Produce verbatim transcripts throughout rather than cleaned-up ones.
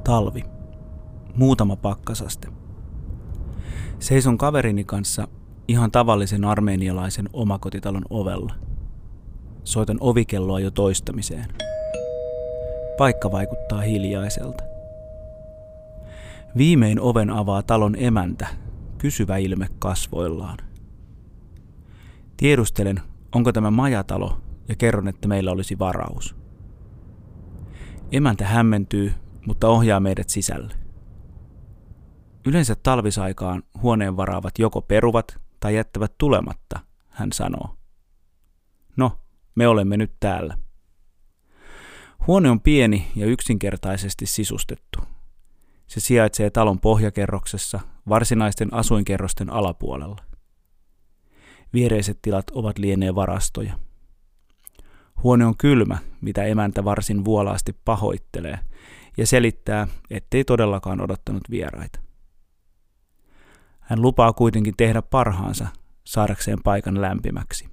Talvi. Muutama pakkasaste. Seison kaverini kanssa ihan tavallisen armenialaisen omakotitalon ovella. Soitan ovikelloa jo toistamiseen. Paikka vaikuttaa hiljaiselta. Viimein oven avaa talon emäntä, kysyvä ilme kasvoillaan. Tiedustelen, onko tämä majatalo, ja kerron, että meillä olisi varaus. Emäntä hämmentyy, mutta ohjaa meidät sisälle. Yleensä talvisaikaan huoneen varaavat joko peruvat tai jättävät tulematta, hän sanoo. No, me olemme nyt täällä. Huone on pieni ja yksinkertaisesti sisustettu. Se sijaitsee talon pohjakerroksessa varsinaisten asuinkerrosten alapuolella. Viereiset tilat ovat lienee varastoja. Huone on kylmä, mitä emäntä varsin vuolaasti pahoittelee, ja selittää, ettei todellakaan odottanut vieraita. Hän lupaa kuitenkin tehdä parhaansa saadakseen paikan lämpimäksi.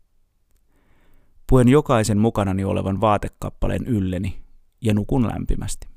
Puen jokaisen mukanani olevan vaatekappaleen ylleni ja nukun lämpimästi.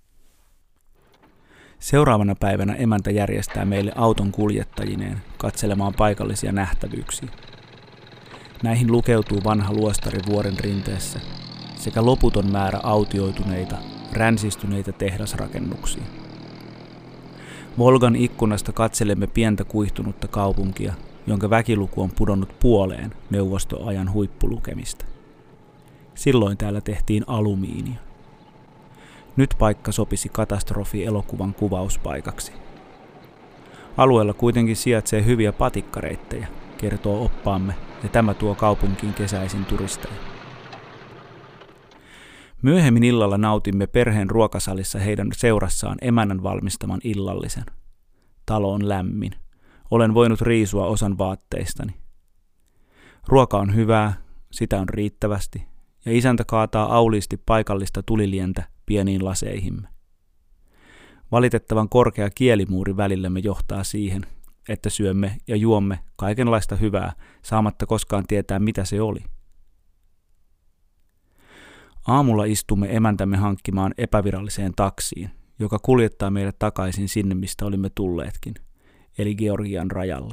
Seuraavana päivänä emäntä järjestää meille auton kuljettajineen katselemaan paikallisia nähtävyyksiä. Näihin lukeutuu vanha luostari vuoren rinteessä sekä loputon määrä autioituneita, ränsistyneitä tehdasrakennuksia. Volgan ikkunasta katselemme pientä kuihtunutta kaupunkia, jonka väkiluku on pudonnut puoleen neuvostoajan huippulukemista. Silloin täällä tehtiin alumiinia. Nyt paikka sopisi katastrofi-elokuvan kuvauspaikaksi. Alueella kuitenkin sijaitsee hyviä patikkareittejä, kertoo oppaamme, ja tämä tuo kaupunkiin kesäisin turisteja. Myöhemmin illalla nautimme perheen ruokasalissa heidän seurassaan emännän valmistaman illallisen. Talo on lämmin. Olen voinut riisua osan vaatteistani. Ruoka on hyvää, sitä on riittävästi, ja isäntä kaataa auliisti paikallista tulilientä pieniin laseihimme. Valitettavan korkea kielimuuri välillämme johtaa siihen, että syömme ja juomme kaikenlaista hyvää, saamatta koskaan tietää, mitä se oli. Aamulla istumme emäntämme hankkimaan epäviralliseen taksiin, joka kuljettaa meidät takaisin sinne, mistä olimme tulleetkin, eli Georgian rajalle.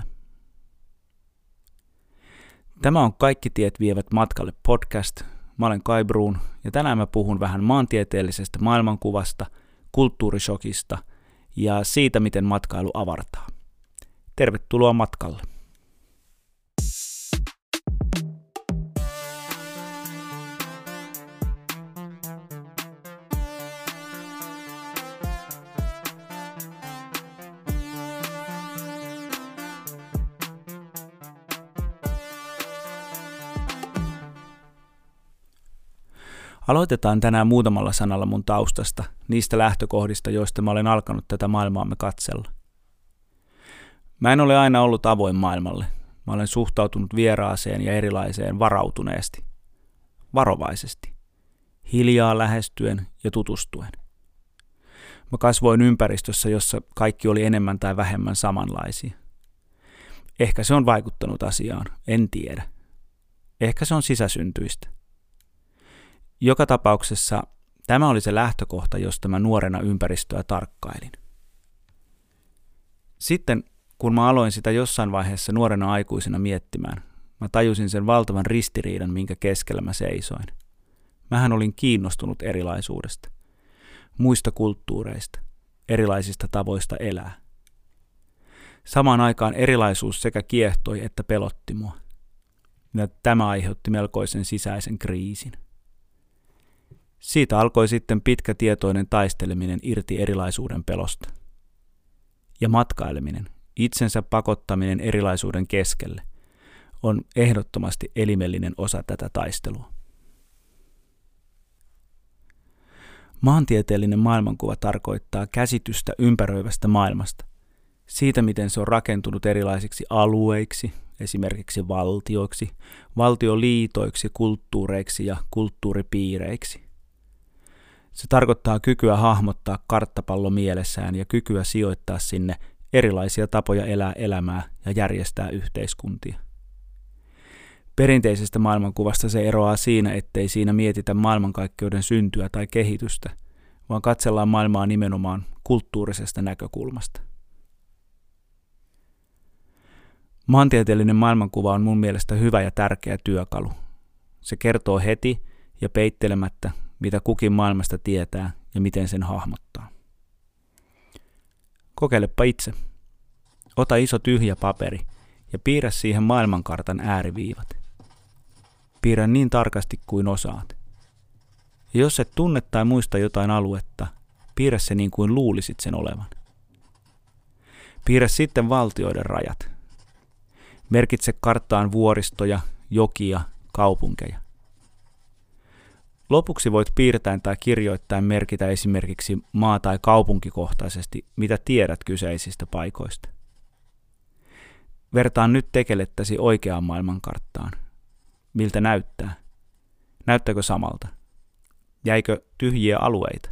Tämä on Kaikki tiet vievät matkalle podcast. Mä olen Kai Bruun, ja tänään mä puhun vähän maantieteellisestä maailmankuvasta, kulttuurishokista ja siitä, miten matkailu avartaa. Tervetuloa matkalle. Aloitetaan tänään muutamalla sanalla mun taustasta, niistä lähtökohdista, joista mä olen alkanut tätä maailmaamme katsella. Mä en ole aina ollut avoin maailmalle. Mä olen suhtautunut vieraaseen ja erilaiseen varautuneesti, varovaisesti, hiljaa lähestyen ja tutustuen. Mä kasvoin ympäristössä, jossa kaikki oli enemmän tai vähemmän samanlaisia. Ehkä se on vaikuttanut asiaan, en tiedä. Ehkä se on sisäsyntyistä. Joka tapauksessa tämä oli se lähtökohta, josta mä nuorena ympäristöä tarkkailin. Sitten kun mä aloin sitä jossain vaiheessa nuorena aikuisena miettimään, mä tajusin sen valtavan ristiriidan, minkä keskellä mä seisoin. Mähän olin kiinnostunut erilaisuudesta, muista kulttuureista, erilaisista tavoista elää. Samaan aikaan erilaisuus sekä kiehtoi että pelotti mua. Ja tämä aiheutti melkoisen sisäisen kriisin. Siitä alkoi sitten pitkä tietoinen taisteleminen irti erilaisuuden pelosta. Ja matkaileminen, itsensä pakottaminen erilaisuuden keskelle, on ehdottomasti elimellinen osa tätä taistelua. Maantieteellinen maailmankuva tarkoittaa käsitystä ympäröivästä maailmasta, siitä miten se on rakentunut erilaisiksi alueiksi, esimerkiksi valtioiksi, valtioliitoiksi, kulttuureiksi ja kulttuuripiireiksi. Se tarkoittaa kykyä hahmottaa karttapallo mielessään ja kykyä sijoittaa sinne erilaisia tapoja elää elämää ja järjestää yhteiskuntia. Perinteisestä maailmankuvasta se eroaa siinä, ettei siinä mietitä maailmankaikkeuden syntyä tai kehitystä, vaan katsellaan maailmaa nimenomaan kulttuurisesta näkökulmasta. Maantieteellinen maailmankuva on mun mielestä hyvä ja tärkeä työkalu. Se kertoo heti ja peittelemättä, mitä kukin maailmasta tietää ja miten sen hahmottaa. Kokeilepa itse. Ota iso tyhjä paperi ja piirrä siihen maailmankartan ääriviivat. Piirrä niin tarkasti kuin osaat. Ja jos et tunne tai muista jotain aluetta, piirrä se niin kuin luulisit sen olevan. Piirrä sitten valtioiden rajat. Merkitse karttaan vuoristoja, jokia, kaupunkeja. Lopuksi voit piirtäen tai kirjoittaen merkitä esimerkiksi maa- tai kaupunkikohtaisesti, mitä tiedät kyseisistä paikoista. Vertaan nyt tekelettäsi oikeaan maailmankarttaan. Miltä näyttää? Näyttääkö samalta? Jäikö tyhjiä alueita?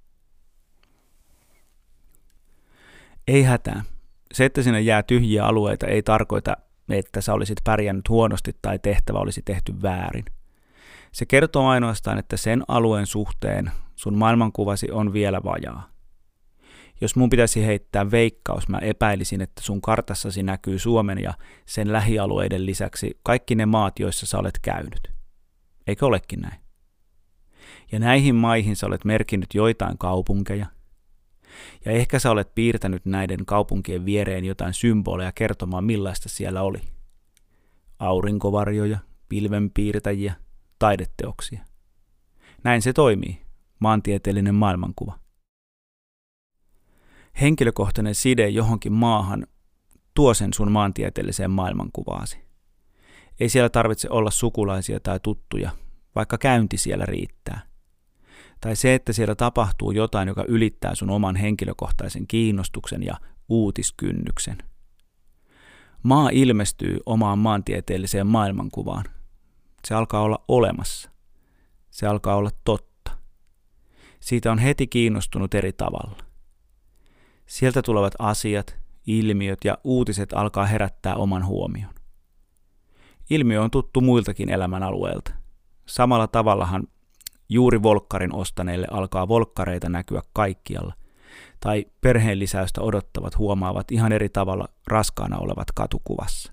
Ei hätää. Se, että sinne jää tyhjiä alueita, ei tarkoita, että sä olisit pärjännyt huonosti tai tehtävä olisi tehty väärin. Se kertoo ainoastaan, että sen alueen suhteen sun maailmankuvasi on vielä vajaa. Jos mun pitäisi heittää veikkaus, mä epäilisin, että sun kartassasi näkyy Suomen ja sen lähialueiden lisäksi kaikki ne maat, joissa sä olet käynyt. Eikö olekin näin? Ja näihin maihin sä olet merkinnyt joitain kaupunkeja. Ja ehkä sä olet piirtänyt näiden kaupunkien viereen jotain symboleja kertomaan, millaista siellä oli. Aurinkovarjoja, pilvenpiirtäjiä, taideteoksia. Näin se toimii, maantieteellinen maailmankuva. Henkilökohtainen side johonkin maahan tuo sen sun maantieteelliseen maailmankuvaasi. Ei siellä tarvitse olla sukulaisia tai tuttuja, vaikka käynti siellä riittää. Tai se, että siellä tapahtuu jotain, joka ylittää sun oman henkilökohtaisen kiinnostuksen ja uutiskynnyksen. Maa ilmestyy omaan maantieteelliseen maailmankuvaan. Se alkaa olla olemassa. Se alkaa olla totta. Siitä on heti kiinnostunut eri tavalla. Sieltä tulevat asiat, ilmiöt ja uutiset alkaa herättää oman huomion. Ilmiö on tuttu muiltakin elämänalueilta. Samalla tavallahan juuri volkkarin ostaneille alkaa volkkareita näkyä kaikkialla, tai perheen lisäystä odottavat huomaavat ihan eri tavalla raskaana olevat katukuvassa.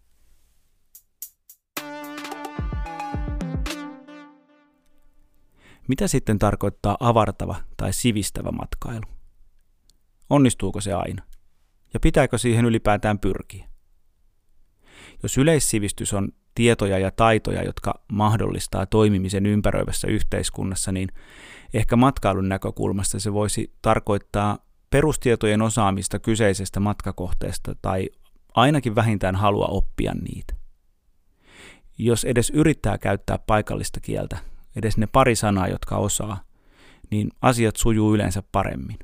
Mitä sitten tarkoittaa avartava tai sivistävä matkailu? Onnistuuko se aina? Ja pitääkö siihen ylipäätään pyrkiä? Jos yleissivistys on tietoja ja taitoja, jotka mahdollistaa toimimisen ympäröivässä yhteiskunnassa, niin ehkä matkailun näkökulmasta se voisi tarkoittaa perustietojen osaamista kyseisestä matkakohteesta tai ainakin vähintään halua oppia niitä. Jos edes yrittää käyttää paikallista kieltä, edes ne pari sanaa, jotka osaa, niin asiat sujuu yleensä paremmin.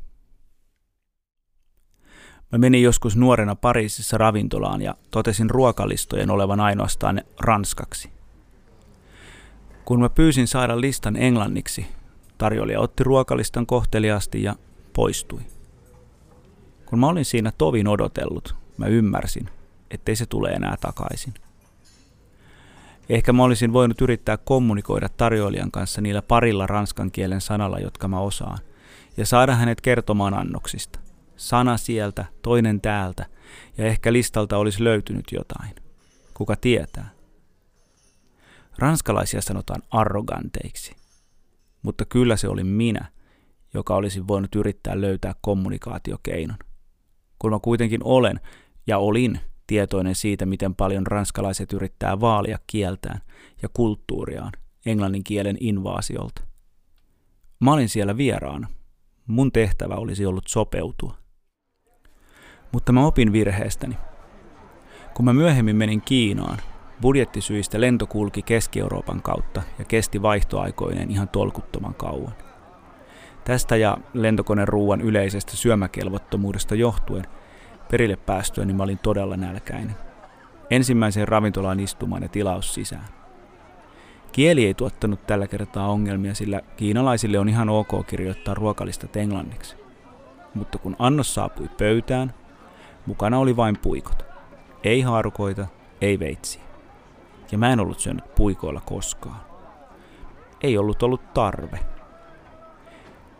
Mä menin joskus nuorena Pariisissa ravintolaan ja totesin ruokalistojen olevan ainoastaan ranskaksi. Kun mä pyysin saada listan englanniksi, tarjoilija otti ruokalistan kohteliaasti ja poistui. Kun mä olin siinä tovin odotellut, mä ymmärsin, ettei se tule enää takaisin. Ehkä mä olisin voinut yrittää kommunikoida tarjoilijan kanssa niillä parilla ranskan kielen sanalla, jotka mä osaan, ja saada hänet kertomaan annoksista. Sana sieltä, toinen täältä, ja ehkä listalta olisi löytynyt jotain. Kuka tietää? Ranskalaisia sanotaan arroganteiksi, mutta kyllä se oli minä, joka olisi voinut yrittää löytää kommunikaatiokeinon. Kun mä kuitenkin olen ja olin tietoinen siitä, miten paljon ranskalaiset yrittää vaalia kieltään ja kulttuuriaan englannin kielen invaasiolta. Mä olin siellä vieraana. Mun tehtävä olisi ollut sopeutua. Mutta mä opin virheestäni. Kun mä myöhemmin menin Kiinaan, budjettisyistä lento kulki Keski-Euroopan kautta ja kesti vaihtoaikoinen ihan tolkuttoman kauan. Tästä ja lentokoneruuan yleisestä syömäkelvottomuudesta johtuen perille päästyäni mä olin todella nälkäinen. Ensimmäiseen ravintolaan istumaan ja tilaus sisään. Kieli ei tuottanut tällä kertaa ongelmia, sillä kiinalaisille on ihan ok kirjoittaa ruokalistat englanniksi. Mutta kun annos saapui pöytään, mukana oli vain puikot. Ei haarukoita, ei veitsiä. Ja mä en ollut syönyt puikoilla koskaan. Ei ollut ollut tarve.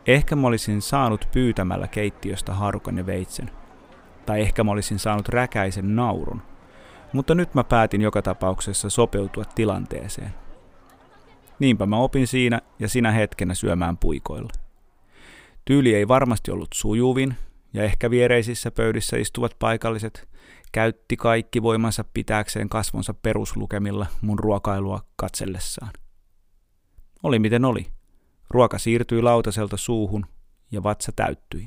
Ehkä mä olisin saanut pyytämällä keittiöstä haarukan ja veitsen. Tai ehkä mä olisin saanut räkäisen naurun. Mutta nyt mä päätin joka tapauksessa sopeutua tilanteeseen. Niinpä mä opin siinä ja sinä hetkenä syömään puikoilla. Tyyli ei varmasti ollut sujuvin, ja ehkä viereisissä pöydissä istuvat paikalliset käytti kaikki voimansa pitääkseen kasvonsa peruslukemilla mun ruokailua katsellessaan. Oli miten oli. Ruoka siirtyi lautaselta suuhun ja vatsa täyttyi.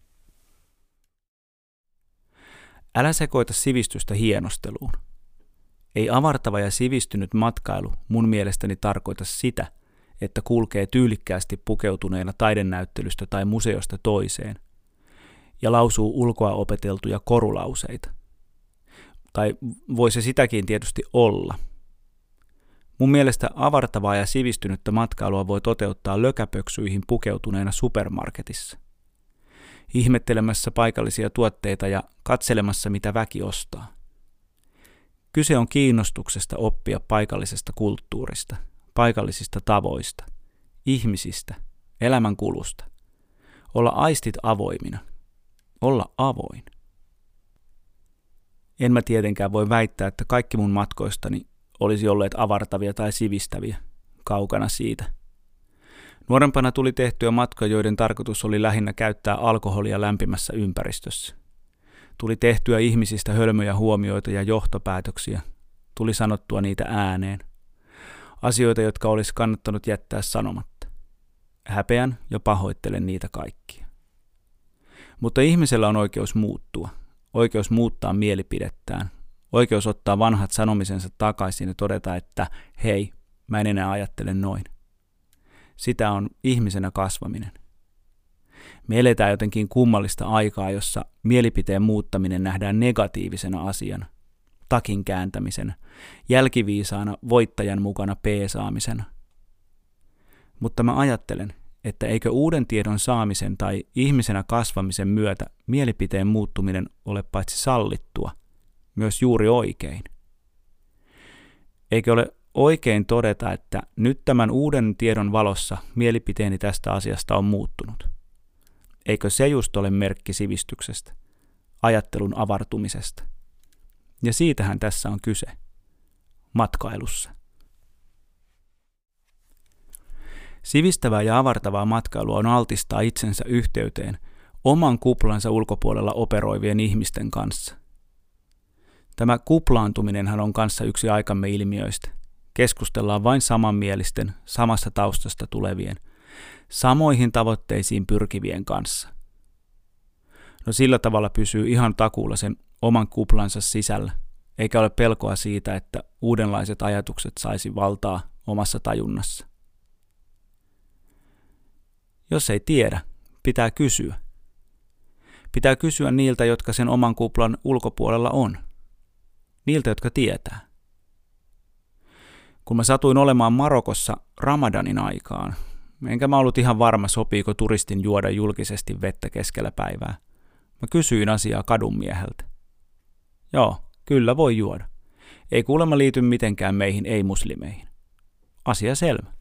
Älä sekoita sivistystä hienosteluun. Ei avartava ja sivistynyt matkailu mun mielestäni tarkoita sitä, että kulkee tyylikkäästi pukeutuneena taidennäyttelystä tai museosta toiseen ja lausuu ulkoa opeteltuja korulauseita. Tai voi se sitäkin tietysti olla. Mun mielestä avartavaa ja sivistynyttä matkailua voi toteuttaa lökäpöksyihin pukeutuneena supermarketissa. Ihmettelemässä paikallisia tuotteita ja katselemassa mitä väki ostaa. Kyse on kiinnostuksesta oppia paikallisesta kulttuurista, paikallisista tavoista, ihmisistä, elämänkulusta. Olla aistit avoimina. Olla avoin. En mä tietenkään voi väittää, että kaikki mun matkoistani olisi olleet avartavia tai sivistäviä, kaukana siitä. Nuorempana tuli tehtyä matkoja, joiden tarkoitus oli lähinnä käyttää alkoholia lämpimässä ympäristössä. Tuli tehtyä ihmisistä hölmöjä huomioita ja johtopäätöksiä. Tuli sanottua niitä ääneen. Asioita, jotka olisi kannattanut jättää sanomatta. Häpeän ja pahoittelen niitä kaikkia. Mutta ihmisellä on oikeus muuttua. Oikeus muuttaa mielipidettään. Oikeus ottaa vanhat sanomisensa takaisin ja todeta, että hei, mä en enää ajattele noin. Sitä on ihmisenä kasvaminen. Me eletään jotenkin kummallista aikaa, jossa mielipiteen muuttaminen nähdään negatiivisena asiana, takin kääntämisenä, jälkiviisaana voittajan mukana peesaamisena. Mutta mä ajattelen, että eikö uuden tiedon saamisen tai ihmisenä kasvamisen myötä mielipiteen muuttuminen ole paitsi sallittua, myös juuri oikein. Eikö ole oikein todeta, että nyt tämän uuden tiedon valossa mielipiteeni tästä asiasta on muuttunut? Eikö se just ole merkki sivistyksestä, ajattelun avartumisesta? Ja siitähän tässä on kyse, matkailussa. Sivistävää ja avartavaa matkailua on altistaa itsensä yhteyteen oman kuplansa ulkopuolella operoivien ihmisten kanssa. Tämä kuplaantuminenhan on kanssa yksi aikamme ilmiöistä. Keskustellaan vain samanmielisten, samasta taustasta tulevien, samoihin tavoitteisiin pyrkivien kanssa. No sillä tavalla pysyy ihan takuulla sen oman kuplansa sisällä, eikä ole pelkoa siitä, että uudenlaiset ajatukset saisi valtaa omassa tajunnassa. Jos ei tiedä, pitää kysyä. Pitää kysyä niiltä, jotka sen oman kuplan ulkopuolella on. Niiltä, jotka tietää. Kun mä satuin olemaan Marokossa Ramadanin aikaan, enkä mä ollut ihan varma, sopiiko turistin juoda julkisesti vettä keskellä päivää. Mä kysyin asiaa kadunmieheltä. Joo, kyllä voi juoda. Ei kuulemma liity mitenkään meihin ei-muslimeihin. Asia selvä.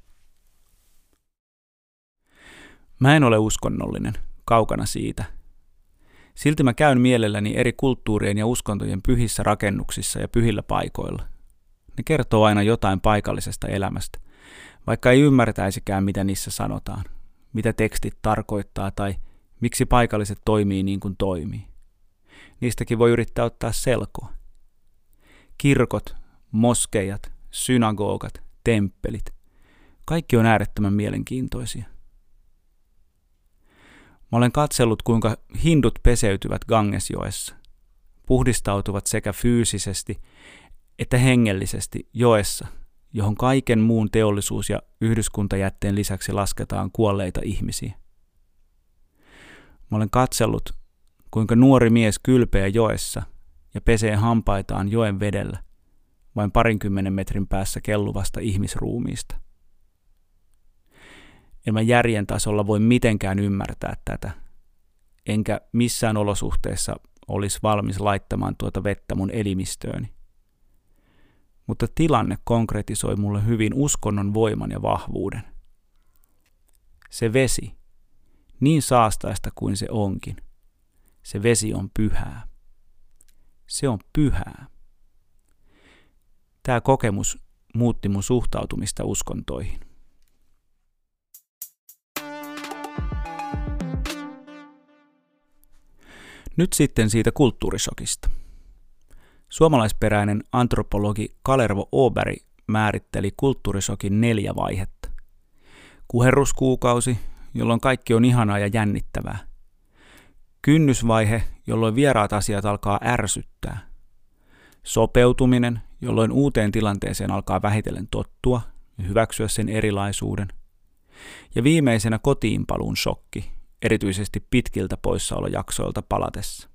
Mä en ole uskonnollinen, kaukana siitä. Silti mä käyn mielelläni eri kulttuurien ja uskontojen pyhissä rakennuksissa ja pyhillä paikoilla. Ne kertoo aina jotain paikallisesta elämästä, vaikka ei ymmärtäisikään, mitä niissä sanotaan, mitä tekstit tarkoittaa tai miksi paikalliset toimii niin kuin toimii. Niistäkin voi yrittää ottaa selkoa. Kirkot, moskeijat, synagogat, temppelit, kaikki on äärettömän mielenkiintoisia. Mä olen katsellut, kuinka hindut peseytyvät Gangesjoessa, puhdistautuvat sekä fyysisesti että hengellisesti joessa, johon kaiken muun teollisuus- ja yhdyskuntajätteen lisäksi lasketaan kuolleita ihmisiä. Mä olen katsellut, kuinka nuori mies kylpeää joessa ja pesee hampaitaan joen vedellä, vain parinkymmenen metrin päässä kelluvasta ihmisruumiista. En mä järjen tasolla voi mitenkään ymmärtää tätä, enkä missään olosuhteessa olisi valmis laittamaan tuota vettä mun elimistööni. Mutta tilanne konkretisoi mulle hyvin uskonnon voiman ja vahvuuden. Se vesi, Niin saastaista kuin se onkin, se vesi on pyhää. Se on pyhää. Tämä kokemus muutti mun suhtautumista uskontoihin. Nyt sitten siitä kulttuurisokista. Suomalaisperäinen antropologi Kalervo Åberg määritteli kulttuurisokin neljä vaihetta. Kuherruskuukausi, jolloin kaikki on ihanaa ja jännittävää. Kynnysvaihe, jolloin vieraat asiat alkaa ärsyttää. Sopeutuminen, jolloin uuteen tilanteeseen alkaa vähitellen tottua ja hyväksyä sen erilaisuuden. Ja viimeisenä kotiinpaluun shokki, erityisesti pitkiltä poissaolojaksoilta palatessa.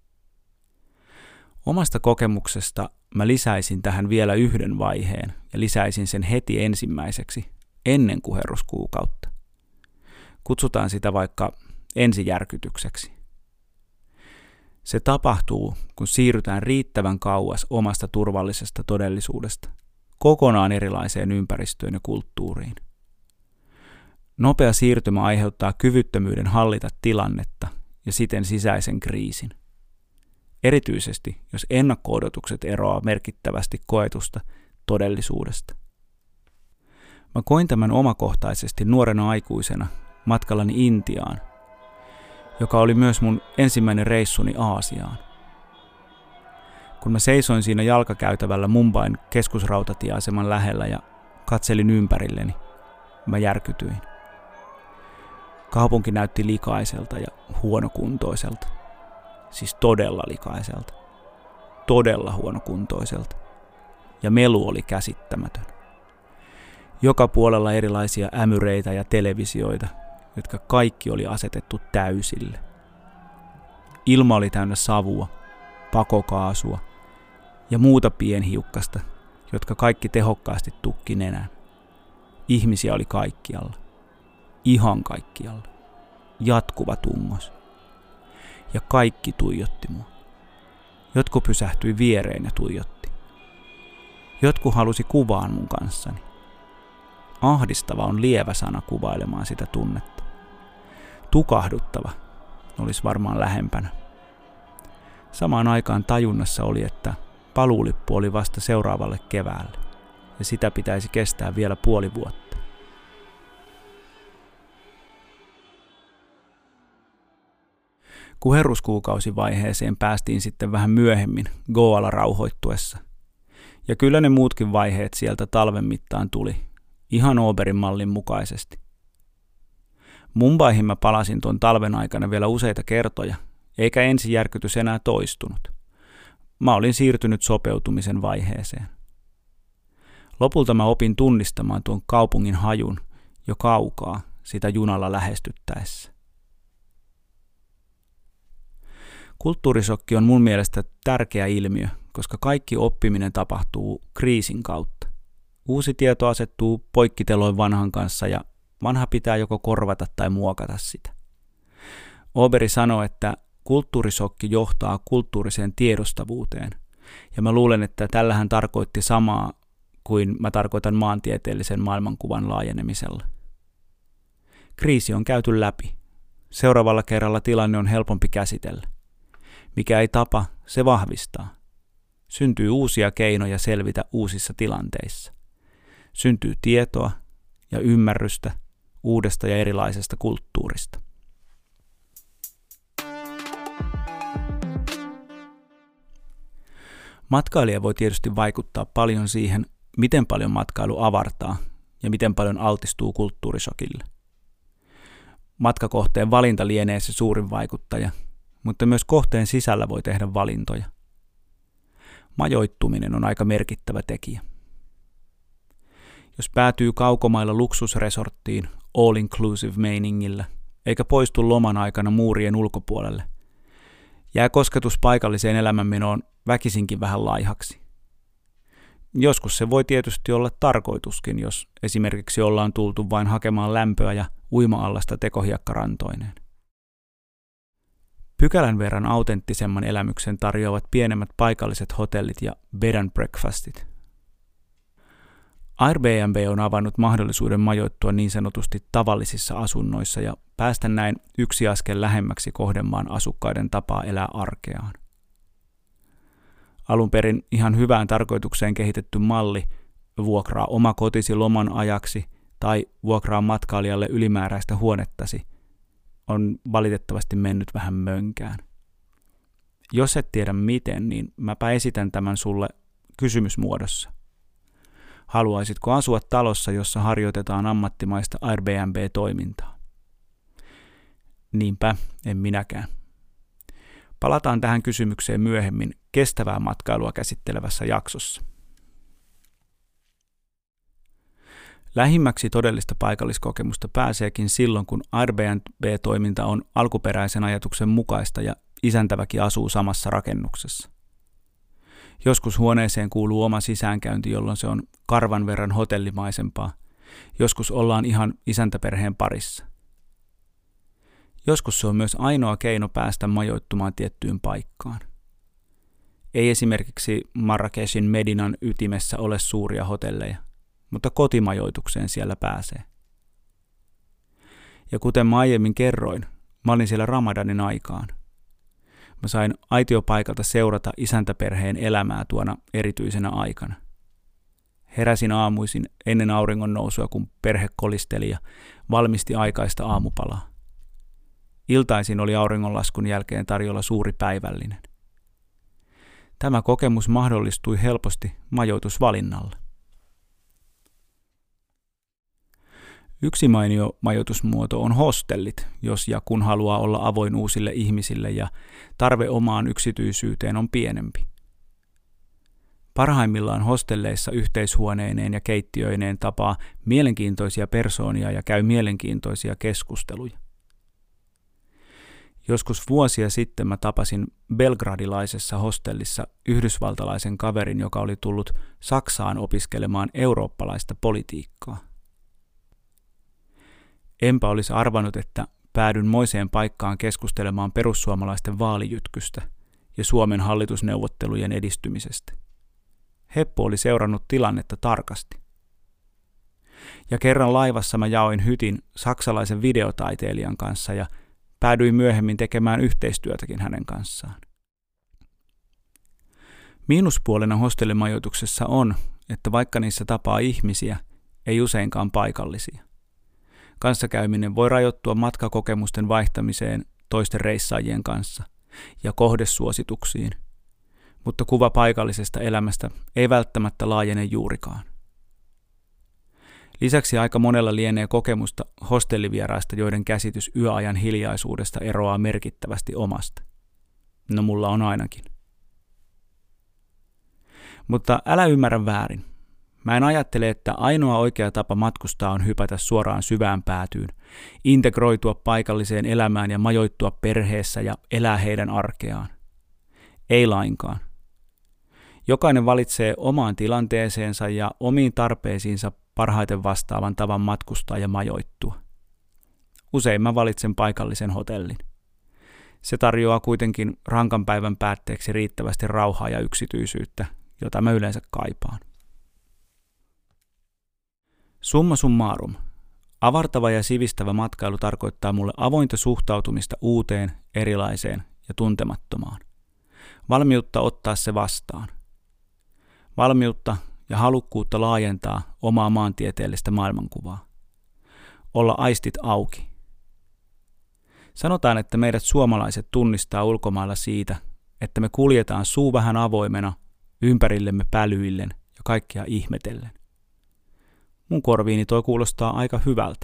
Omasta kokemuksesta mä lisäisin tähän vielä yhden vaiheen ja lisäisin sen heti ensimmäiseksi, ennen kuherruskuukautta. Kutsutaan sitä vaikka ensijärkytykseksi. Se tapahtuu, kun siirrytään riittävän kauas omasta turvallisesta todellisuudesta, kokonaan erilaiseen ympäristöön ja kulttuuriin. Nopea siirtymä aiheuttaa kyvyttömyyden hallita tilannetta ja siten sisäisen kriisin. Erityisesti, jos ennakko-odotukset eroaa merkittävästi koetusta todellisuudesta. Mä koin tämän omakohtaisesti nuorena aikuisena matkallani Intiaan, joka oli myös mun ensimmäinen reissuni Aasiaan. Kun mä seisoin siinä jalkakäytävällä Mumbain keskusrautatieaseman lähellä ja katselin ympärilleni, mä järkytyin. Kaupunki näytti likaiselta ja huonokuntoiselta. Siis todella likaiselta. Todella huonokuntoiselta. Ja melu oli käsittämätön. Joka puolella erilaisia ämyreitä ja televisioita, jotka kaikki oli asetettu täysille. Ilma oli täynnä savua, pakokaasua ja muuta pienhiukkasta, jotka kaikki tehokkaasti tukki nenään. Ihmisiä oli kaikkialla. Ihan kaikkialla. Jatkuva tungos. Ja kaikki tuijotti mua. Jotkut pysähtyi viereen ja tuijotti. Jotkut halusi kuvaan mun kanssani. Ahdistava on lievä sana kuvailemaan sitä tunnetta. Tukahduttava olisi varmaan lähempänä. Samaan aikaan tajunnassa oli, että paluulippu oli vasta seuraavalle keväälle, ja sitä pitäisi kestää vielä puoli vuotta. Kuherruskuukausivaiheeseen päästiin sitten vähän myöhemmin Goala rauhoittuessa. Ja kyllä ne muutkin vaiheet sieltä talven mittaan tuli, ihan Åbergin mallin mukaisesti. Mumbaihin mä palasin tuon talven aikana vielä useita kertoja, eikä ensijärkytys enää toistunut. Mä olin siirtynyt sopeutumisen vaiheeseen. Lopulta mä opin tunnistamaan tuon kaupungin hajun jo kaukaa sitä junalla lähestyttäessä. Kulttuurisokki on mun mielestä tärkeä ilmiö, koska kaikki oppiminen tapahtuu kriisin kautta. Uusi tieto asettuu poikkiteloin vanhan kanssa ja vanha pitää joko korvata tai muokata sitä. Åberg sanoi, että kulttuurisokki johtaa kulttuuriseen tiedostavuuteen, ja mä luulen, että tällä hän tarkoitti samaa kuin mä tarkoitan maantieteellisen maailmankuvan laajenemisella. Kriisi on käyty läpi. Seuraavalla kerralla tilanne on helpompi käsitellä. Mikä ei tapa, se vahvistaa. Syntyy uusia keinoja selvitä uusissa tilanteissa. Syntyy tietoa ja ymmärrystä uudesta ja erilaisesta kulttuurista. Matkailija voi tietysti vaikuttaa paljon siihen, miten paljon matkailu avartaa ja miten paljon altistuu kulttuurisokille. Matkakohteen valinta lienee se suurin vaikuttaja, mutta myös kohteen sisällä voi tehdä valintoja. Majoittuminen on aika merkittävä tekijä. Jos päätyy kaukomailla luksusresorttiin all-inclusive meiningillä, eikä poistu loman aikana muurien ulkopuolelle, jää kosketus paikalliseen elämänmenoon väkisinkin vähän laihaksi. Joskus se voi tietysti olla tarkoituskin, jos esimerkiksi ollaan tultu vain hakemaan lämpöä ja uima-allasta tekohiekkarantoineen. Pykälän verran autenttisemman elämyksen tarjoavat pienemmät paikalliset hotellit ja bed and breakfastit. Airbnb on avannut mahdollisuuden majoittua niin sanotusti tavallisissa asunnoissa ja päästä näin yksi askel lähemmäksi kohdemaan asukkaiden tapaa elää arkeaan. Alun perin ihan hyvään tarkoitukseen kehitetty malli vuokraa oma kotisi loman ajaksi tai vuokraa matkailijalle ylimääräistä huonettasi on valitettavasti mennyt vähän mönkään. Jos et tiedä miten, niin mäpä esitän tämän sulle kysymysmuodossa. Haluaisitko asua talossa, jossa harjoitetaan ammattimaista Airbnb-toimintaa? Niinpä, en minäkään. Palataan tähän kysymykseen myöhemmin kestävää matkailua käsittelevässä jaksossa. Lähimmäksi todellista paikalliskokemusta pääseekin silloin, kun Airbnb-toiminta on alkuperäisen ajatuksen mukaista ja isäntäväki asuu samassa rakennuksessa. Joskus huoneeseen kuuluu oma sisäänkäynti, jolloin se on karvan verran hotellimaisempaa. Joskus ollaan ihan isäntäperheen parissa. Joskus se on myös ainoa keino päästä majoittumaan tiettyyn paikkaan. Ei esimerkiksi Marrakeshin Medinan ytimessä ole suuria hotelleja, mutta kotimajoitukseen siellä pääsee. Ja kuten mä aiemmin kerroin, mä olin siellä Ramadanin aikaan. Mä sain aitiopaikalta seurata isäntäperheen elämää tuona erityisenä aikana. Heräsin aamuisin ennen auringon nousua, kun perhe kolisteli ja valmisti aikaista aamupalaa. Iltaisin oli auringonlaskun jälkeen tarjolla suuri päivällinen. Tämä kokemus mahdollistui helposti majoitusvalinnalla. Yksi mainio majoitusmuoto on hostellit, jos ja kun haluaa olla avoin uusille ihmisille ja tarve omaan yksityisyyteen on pienempi. Parhaimmillaan hostelleissa yhteishuoneineen ja keittiöineen tapaa mielenkiintoisia persoonia ja käy mielenkiintoisia keskusteluja. Joskus vuosia sitten mä tapasin belgradilaisessa hostellissa yhdysvaltalaisen kaverin, joka oli tullut Saksaan opiskelemaan eurooppalaista politiikkaa. Enpä olisi arvannut, että päädyn moiseen paikkaan keskustelemaan perussuomalaisten vaalijytkystä ja Suomen hallitusneuvottelujen edistymisestä. Heppo oli seurannut tilannetta tarkasti. Ja kerran laivassa mä jaoin hytin saksalaisen videotaiteilijan kanssa ja päädyin myöhemmin tekemään yhteistyötäkin hänen kanssaan. Miinuspuolena hostellimajoituksessa on, että vaikka niissä tapaa ihmisiä, ei useinkaan paikallisia. Kanssakäyminen voi rajoittua matkakokemusten vaihtamiseen toisten reissaajien kanssa ja kohdesuosituksiin, mutta kuva paikallisesta elämästä ei välttämättä laajene juurikaan. Lisäksi aika monella lienee kokemusta hostellivieraista, joiden käsitys yöajan hiljaisuudesta eroaa merkittävästi omasta. No mulla on ainakin. Mutta älä ymmärrä väärin. Mä en ajattele, että ainoa oikea tapa matkustaa on hypätä suoraan syvään päätyyn, integroitua paikalliseen elämään ja majoittua perheessä ja elää heidän arkeaan. Ei lainkaan. Jokainen valitsee omaan tilanteeseensa ja omiin tarpeisiinsa parhaiten vastaavan tavan matkustaa ja majoittua. Usein mä valitsen paikallisen hotellin. Se tarjoaa kuitenkin rankan päivän päätteeksi riittävästi rauhaa ja yksityisyyttä, jota mä yleensä kaipaan. Summa summarum. Avartava ja sivistävä matkailu tarkoittaa mulle avointa suhtautumista uuteen, erilaiseen ja tuntemattomaan. Valmiutta ottaa se vastaan. Valmiutta ja halukkuutta laajentaa omaa maantieteellistä maailmankuvaa. Olla aistit auki. Sanotaan, että meidät suomalaiset tunnistaa ulkomailla siitä, että me kuljetaan suu vähän avoimena, ympärillemme pälyillen ja kaikkia ihmetellen. Mun korviini toi kuulostaa aika hyvältä.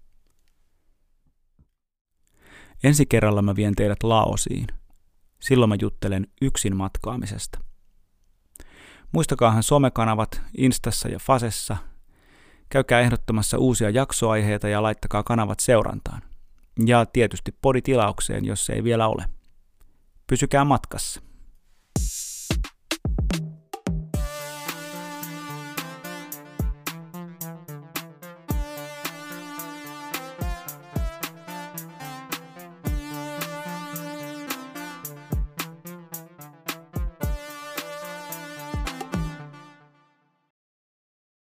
Ensi kerralla mä vien teidät Laosiin. Silloin mä juttelen yksin matkaamisesta. Muistakaahan somekanavat Instassa ja Fasessa. Käykää ehdottamassa uusia jaksoaiheita ja laittakaa kanavat seurantaan. Ja tietysti poditilaukseen, jos se ei vielä ole. Pysykää matkassa.